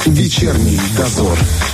Вечерний дозор.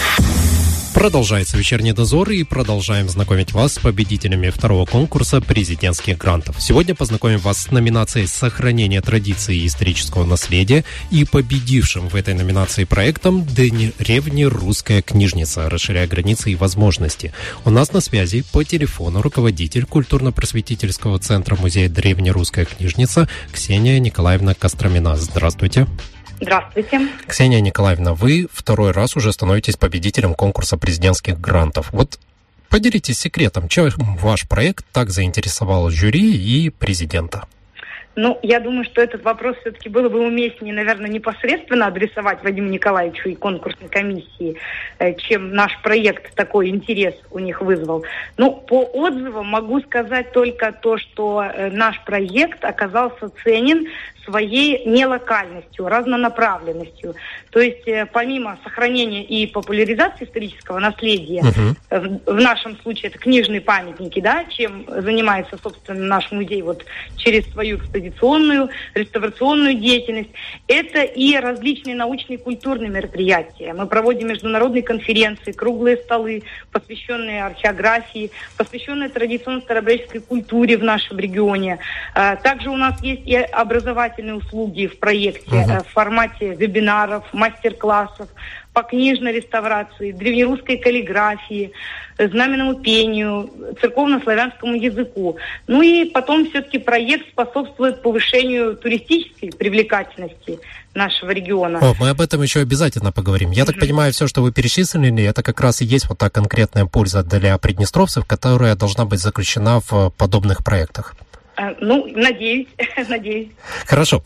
Продолжается вечерний дозор, и продолжаем знакомить вас с победителями второго конкурса президентских грантов. Сегодня познакомим вас с номинацией «Сохранение традиций и исторического наследия» и победившим в этой номинации проектом «Древнерусская книжница. Расширяя границы и возможности». У нас на связи по телефону руководитель культурно-просветительского центра музея «Древнерусская книжница» Ксения Николаевна Костромина. Здравствуйте. Здравствуйте. Ксения Николаевна, вы второй раз уже становитесь победителем конкурса президентских грантов. Вот поделитесь секретом, чем ваш проект так заинтересовал жюри и президента? Ну, я думаю, что этот вопрос все-таки было бы уместнее, наверное, непосредственно адресовать Вадиму Николаевичу и конкурсной комиссии, чем наш проект такой интерес у них вызвал. Ну, по отзывам могу сказать только то, что наш проект оказался ценен своей нелокальностью, разнонаправленностью. То есть помимо сохранения и популяризации исторического наследия, в нашем случае это книжные памятники, да, чем занимается, собственно, наш музей вот через свою экспозиционную, реставрационную деятельность, это и различные научные и культурные мероприятия. Мы проводим международные конференции, круглые столы, посвященные археографии, посвященные традиционной старообрядческой культуре в нашем регионе. Также у нас есть и образовательные услуги в проекте в формате вебинаров, мастер-классов по книжной реставрации, древнерусской каллиграфии, знаменному пению, церковно-славянскому языку. Ну и потом все-таки проект способствует повышению туристической привлекательности нашего региона. Мы об этом еще обязательно поговорим. Я так понимаю, все, что вы перечислили, это как раз и есть вот та конкретная польза для приднестровцев, которая должна быть заключена в подобных проектах. Ну, надеюсь. Хорошо.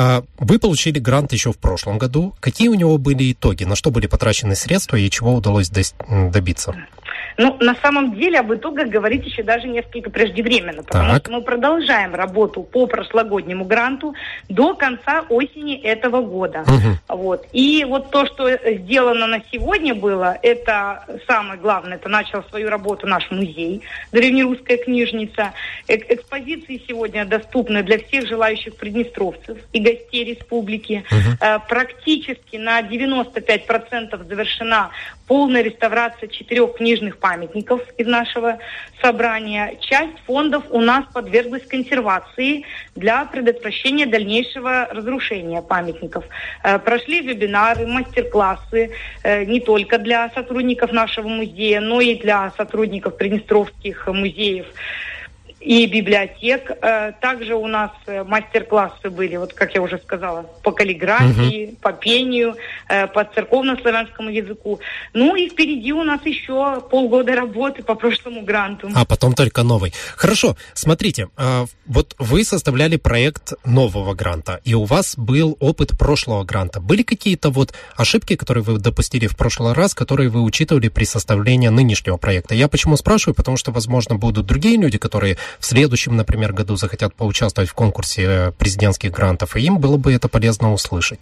Вы получили грант еще в прошлом году. Какие у него были итоги? На что были потрачены средства и чего удалось добиться? Ну, на самом деле, об итогах говорить еще даже несколько преждевременно, потому что мы продолжаем работу по прошлогоднему гранту до конца осени этого года. Вот. И вот то, что сделано на сегодня было, это самое главное, это начал свою работу наш музей, Древнерусская книжница. Экспозиции сегодня доступны для всех желающих приднестровцев и гостей республики. Практически на 95% завершена полная реставрация 4 книжных памятников из нашего собрания. Часть фондов у нас подверглась консервации для предотвращения дальнейшего разрушения памятников. Прошли вебинары, мастер-классы не только для сотрудников нашего музея, но и для сотрудников приднестровских музеев и библиотек. Также у нас мастер-классы были, вот как я уже сказала, по каллиграфии, по пению, по церковно-славянскому языку. Ну и впереди у нас еще полгода работы по прошлому гранту. А потом только новый. Хорошо, смотрите, вот вы составляли проект нового гранта, и у вас был опыт прошлого гранта. Были какие-то вот ошибки, которые вы допустили в прошлый раз, которые вы учитывали при составлении нынешнего проекта? Я почему спрашиваю? Потому что, возможно, будут другие люди, которые в следующем, например, году захотят поучаствовать в конкурсе президентских грантов, и им было бы это полезно услышать.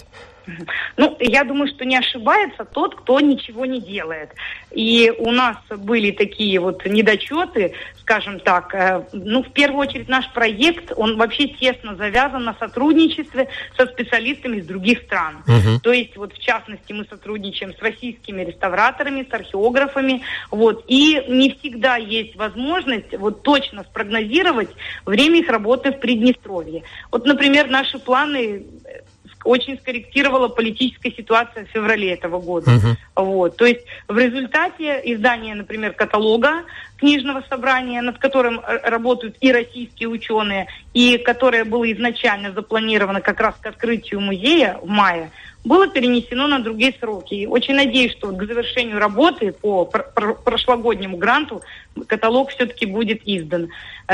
Ну, я думаю, что не ошибается тот, кто ничего не делает. И у нас были такие вот недочеты, скажем так. Ну, в первую очередь, наш проект, он вообще тесно завязан на сотрудничестве со специалистами из других стран. То есть, вот в частности, мы сотрудничаем с российскими реставраторами, с археографами. Вот, и не всегда есть возможность вот точно спрогнозировать время их работы в Приднестровье. Вот, например, наши планы очень скорректировала политическая ситуация в феврале этого года. Вот. То есть в результате издания, например, каталога книжного собрания, над которым работают и российские ученые, и которое было изначально запланировано как раз к открытию музея в мае, было перенесено на другие сроки. И очень надеюсь, что вот к завершению работы по прошлогоднему гранту каталог все-таки будет издан.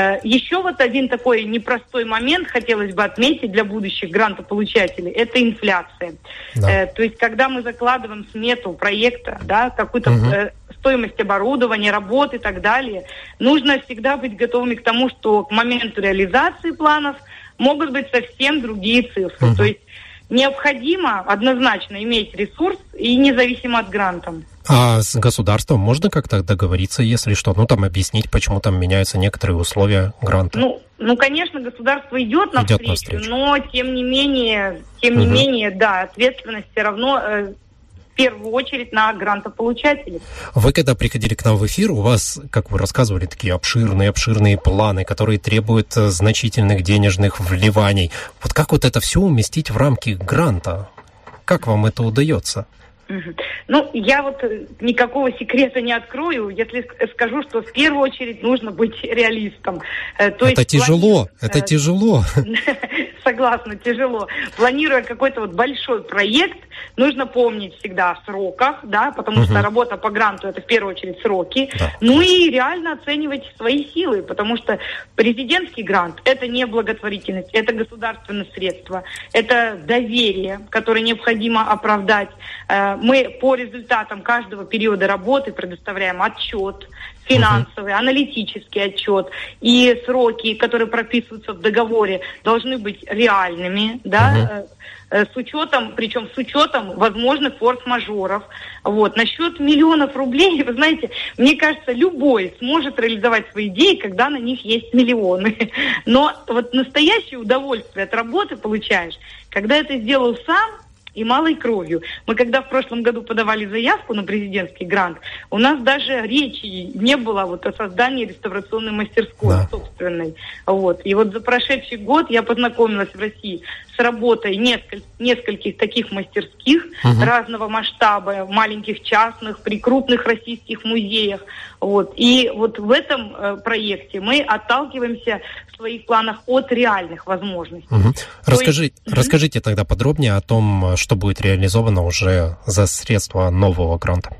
Еще вот один такой непростой момент хотелось бы отметить для будущих грантополучателей – это инфляция. То есть, когда мы закладываем смету проекта, да, какую-то стоимость оборудования, работы и так далее, нужно всегда быть готовыми к тому, что к моменту реализации планов могут быть совсем другие цифры. То есть необходимо однозначно иметь ресурс и независимо от грантов. А с государством можно как-то договориться, если что? Ну, там объяснить, почему там меняются некоторые условия гранта? Ну, конечно, государство идет навстречу, но тем не менее, да, ответственность все равно в первую очередь на грантополучателей. Вы когда приходили к нам в эфир, у вас, как вы рассказывали, такие обширные планы, которые требуют значительных денежных вливаний. Вот как вот это все уместить в рамки гранта? Как вам это удается? Ну, я вот никакого секрета не открою, если скажу, что в первую очередь нужно быть реалистом. Это тяжело. Согласна, тяжело. Планируя какой-то вот большой проект, нужно помнить всегда о сроках, да, потому что работа по гранту — это в первую очередь сроки. Да. Ну и реально оценивать свои силы, потому что президентский грант — это не благотворительность, это государственное средство, это доверие, которое необходимо оправдать. Мы по результатам каждого периода работы предоставляем отчет финансовый, аналитический отчет, и сроки, которые прописываются в договоре, должны быть реальными, да, с учетом возможных форс-мажоров. Вот. Насчет миллионов рублей, вы знаете, мне кажется, любой сможет реализовать свои идеи, когда на них есть миллионы. Но вот настоящее удовольствие от работы получаешь, когда это сделал сам, и малой кровью. Мы когда в прошлом году подавали заявку на президентский грант, у нас даже речи не было вот о создании реставрационной мастерской собственной. Вот. И вот за прошедший год я познакомилась в России с работой нескольких таких мастерских разного масштаба, маленьких частных, при крупных российских музеях. Вот. И вот в этом проекте мы отталкиваемся в своих планах от реальных возможностей. Расскажите тогда подробнее о том, что будет реализовано уже за средства нового гранта.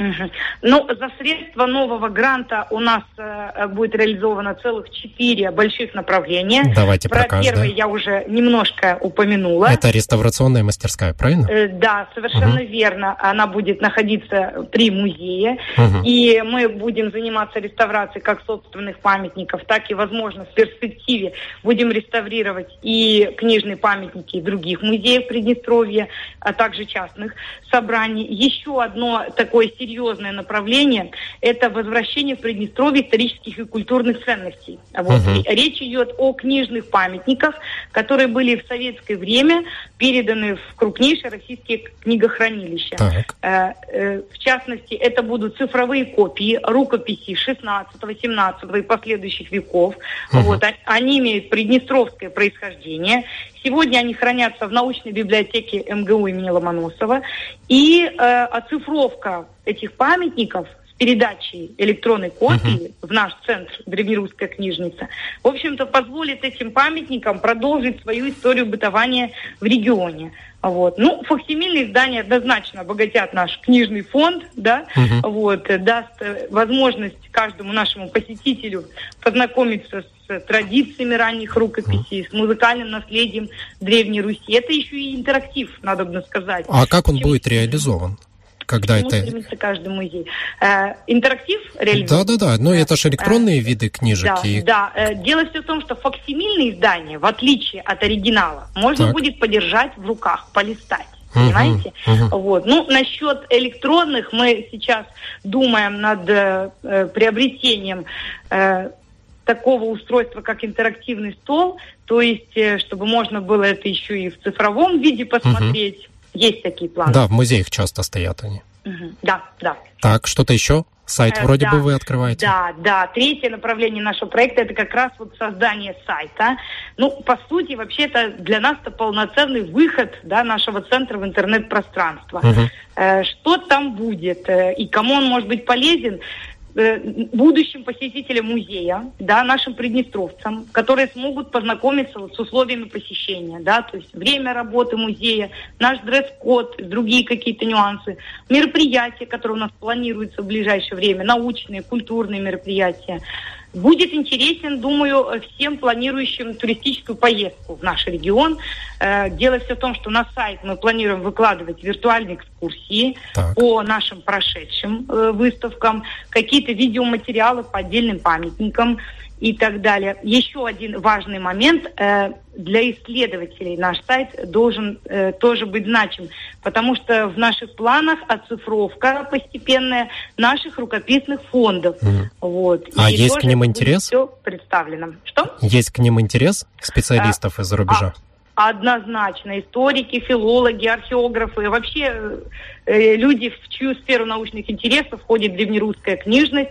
Ну, за средства нового гранта у нас будет реализовано целых 4 больших направления. Давайте про первое я уже немножко упомянула. Это реставрационная мастерская, правильно? Да, совершенно верно. Она будет находиться при музее. И мы будем заниматься реставрацией как собственных памятников, так и, возможно, в перспективе будем реставрировать и книжные памятники других музеев Приднестровья, а также частных собраний. Еще одно такое серьезное направление – это возвращение в Приднестровье исторических и культурных ценностей. Вот. Речь идет о книжных памятниках, которые были в советское время переданы в крупнейшие российские книгохранилища. В частности, это будут цифровые копии рукописей 16, 17 и последующих веков. Вот. Они имеют приднестровское происхождение. Сегодня они хранятся в научной библиотеке МГУ имени Ломоносова. И оцифровка этих памятников с передачей электронной копии в наш центр «Древнерусская книжница», в общем-то, позволит этим памятникам продолжить свою историю бытования в регионе. Вот. Ну, факсимильные издания однозначно обогатят наш книжный фонд, да, вот, даст возможность каждому нашему посетителю познакомиться с традициями ранних рукописей, с музыкальным наследием Древней Руси. Это еще и интерактив, надо бы сказать. А как он будет реализован? Когда это... стремится каждый музей. Интерактив реализован? Да. Но это же электронные виды книжек. Да. Дело все в том, что факсимильные издания, в отличие от оригинала, можно будет подержать в руках, полистать. Понимаете? Вот. Ну, насчет электронных мы сейчас думаем над приобретением такого устройства, как интерактивный стол, то есть, чтобы можно было это еще и в цифровом виде посмотреть. Есть такие планы. Да, в музеях часто стоят они. Да. Так, что-то еще? Сайт вроде бы вы открываете. Да. Третье направление нашего проекта – это как раз вот создание сайта. Ну, по сути, вообще это для нас это полноценный выход, да, нашего центра в интернет-пространство. Что там будет и кому он может быть полезен? Будущим посетителям музея, да, нашим приднестровцам, которые смогут познакомиться вот с условиями посещения, да, то есть время работы музея, наш дресс-код, другие какие-то нюансы, мероприятия, которые у нас планируются в ближайшее время, научные, культурные мероприятия. Будет интересен, думаю, всем планирующим туристическую поездку в наш регион. Дело все в том, что на сайт мы планируем выкладывать виртуальные экскурсии по нашим прошедшим выставкам, какие-то видеоматериалы по отдельным памятникам и так далее. Еще один важный момент. Для исследователей наш сайт должен тоже быть значим, потому что в наших планах оцифровка постепенная наших рукописных фондов. Вот. А есть к ним интерес? Все представлено. Что? Есть к ним интерес специалистов из-за рубежа? Однозначно. Историки, филологи, археографы, вообще люди, в чью сферу научных интересов входит древнерусская книжность,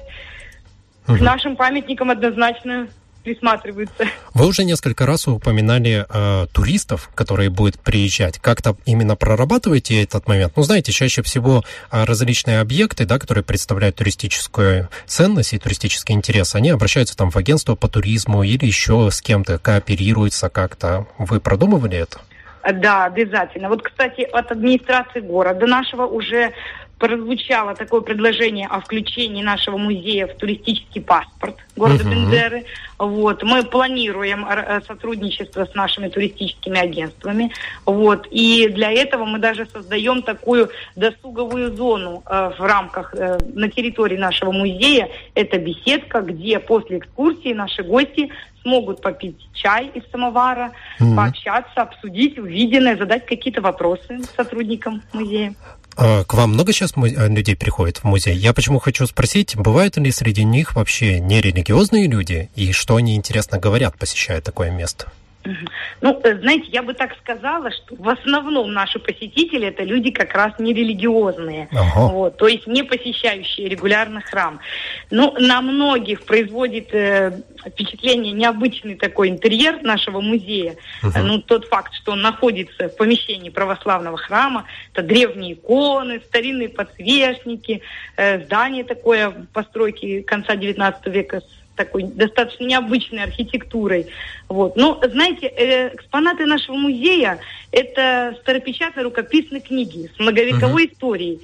к нашим памятникам однозначно присматриваются. Вы уже несколько раз упоминали туристов, которые будут приезжать. Как-то именно прорабатываете этот момент? Ну, знаете, чаще всего различные объекты, да, которые представляют туристическую ценность и туристический интерес, они обращаются там в агентство по туризму или еще с кем-то, кооперируются как-то. Вы продумывали это? Да, обязательно. Вот, кстати, от администрации города нашего уже прозвучало такое предложение о включении нашего музея в туристический паспорт города Бендеры. Вот. Мы планируем сотрудничество с нашими туристическими агентствами. Вот. И для этого мы даже создаем такую досуговую зону в рамках, на территории нашего музея. Это беседка, где после экскурсии наши гости смогут попить чай из самовара, пообщаться, обсудить увиденное, задать какие-то вопросы сотрудникам музея. К вам много сейчас людей приходит в музей? Я почему хочу спросить, бывают ли среди них вообще нерелигиозные люди, и что они, интересно, говорят, посещая такое место? Ну, знаете, я бы так сказала, что в основном наши посетители это люди как раз нерелигиозные, вот, то есть не посещающие регулярно храм. Ну, на многих производит впечатление необычный такой интерьер нашего музея. Ну, тот факт, что он находится в помещении православного храма, это древние иконы, старинные подсвечники, здание такое постройки конца XIX века с такой достаточно необычной архитектурой. Вот. Но, знаете, экспонаты нашего музея – это старопечатные рукописные книги с многовековой историей.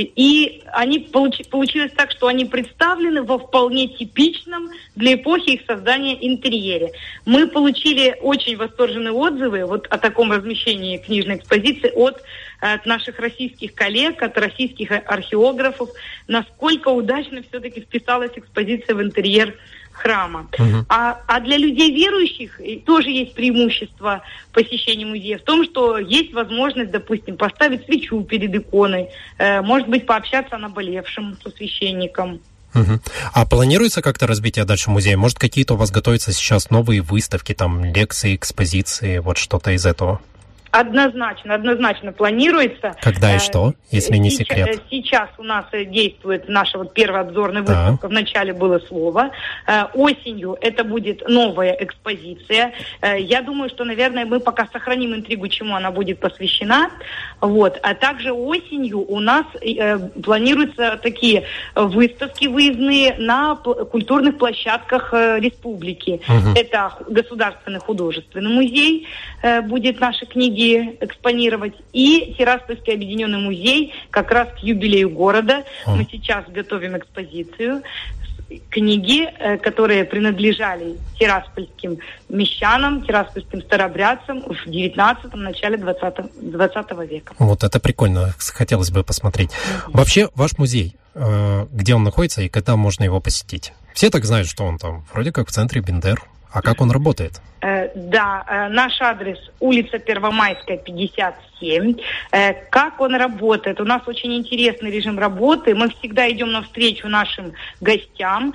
И они получилось так, что они представлены во вполне типичном для эпохи их создания интерьере. Мы получили очень восторженные отзывы вот о таком размещении книжной экспозиции от наших российских коллег, от российских археографов, насколько удачно все-таки вписалась экспозиция в интерьер храма. А для людей верующих тоже есть преимущество посещения музея в том, что есть возможность, допустим, поставить свечу перед иконой, может быть, пообщаться о наболевшем со священником. А планируется как-то развитие дальше музея? Может, какие-то у вас готовятся сейчас новые выставки, там, лекции, экспозиции, вот что-то из этого? Однозначно планируется. Когда и что, если не секрет? Сейчас у нас действует наша вот первая обзорная выставка. Вначале было слово. Осенью это будет новая экспозиция. Я думаю, что, наверное, мы пока сохраним интригу, чему она будет посвящена. Вот. А также осенью у нас планируются такие выставки выездные на культурных площадках республики. Это Государственный художественный музей будет наши книги экспонировать, и Тираспольский объединенный музей как раз к юбилею города. Мы сейчас готовим экспозицию. Книги, которые принадлежали тираспольским мещанам, тираспольским старообрядцам в 19-м, начале 20 века. Вот это прикольно, хотелось бы посмотреть. Вообще, ваш музей, где он находится и когда можно его посетить? Все так знают, что он там вроде как в центре Бендер. А как он работает? Да, наш адрес улица Первомайская, 57. Как он работает? У нас очень интересный режим работы. Мы всегда идем навстречу нашим гостям.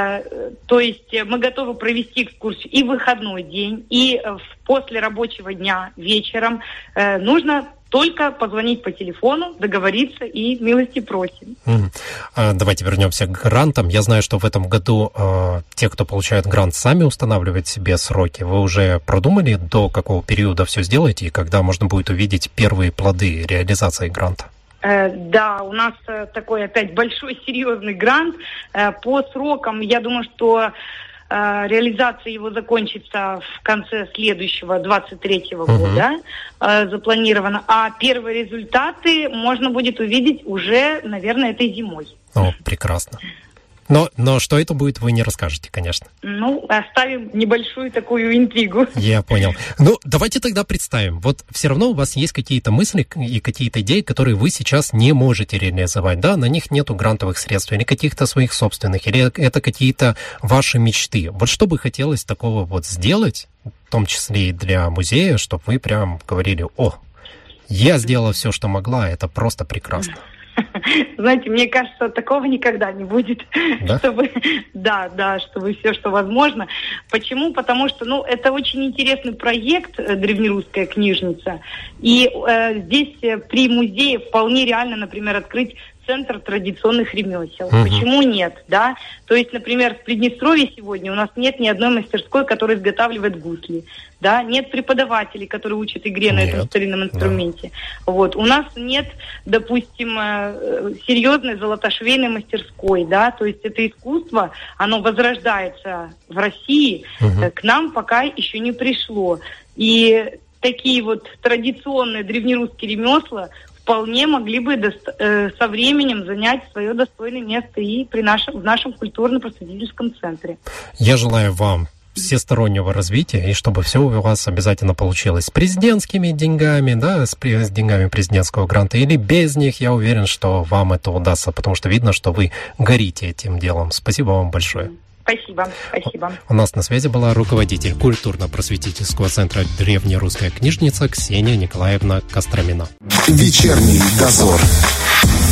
То есть мы готовы провести экскурсию и в выходной день, и после рабочего дня вечером. Нужно только позвонить по телефону, договориться и милости просим. Давайте вернемся к грантам. Я знаю, что в этом году те, кто получает грант, сами устанавливают себе сроки. Вы уже продумали, до какого периода все сделаете и когда можно будет увидеть первые плоды реализации гранта? Да, у нас такой опять большой серьезный грант. По срокам, я думаю, что реализация его закончится в конце следующего, 23-го года, запланировано. А первые результаты можно будет увидеть уже, наверное, этой зимой. О, прекрасно. Но что это будет, вы не расскажете, конечно. Ну, оставим небольшую такую интригу. Я понял. Ну, давайте тогда представим. Вот все равно у вас есть какие-то мысли и какие-то идеи, которые вы сейчас не можете реализовать, да? На них нету грантовых средств или каких-то своих собственных, или это какие-то ваши мечты. Вот что бы хотелось такого вот сделать, в том числе и для музея, чтобы вы прям говорили: о, я сделала все, что могла, это просто прекрасно. Знаете, мне кажется, такого никогда не будет, да? чтобы все, что возможно. Почему? Потому что, это очень интересный проект «Древнерусская книжница». И здесь при музее вполне реально, например, открыть центр традиционных ремесел. Почему нет, да? То есть, например, в Приднестровье сегодня у нас нет ни одной мастерской, которая изготавливает гусли, да? Нет преподавателей, которые учат игре на этом старинном инструменте. Да. Вот. У нас нет, допустим, серьезной золотошвейной мастерской, да? То есть это искусство, оно возрождается в России, к нам пока еще не пришло. И такие вот традиционные древнерусские ремесла вполне могли бы со временем занять свое достойное место и в нашем культурно-просветительском центре. Я желаю вам всестороннего развития, и чтобы все у вас обязательно получилось с президентскими деньгами, да, с деньгами президентского гранта, или без них. Я уверен, что вам это удастся, потому что видно, что вы горите этим делом. Спасибо вам большое. Спасибо, спасибо. У нас на связи была руководитель культурно-просветительского центра «Древнерусская книжница» Ксения Николаевна Костромина. Вечерний дозор.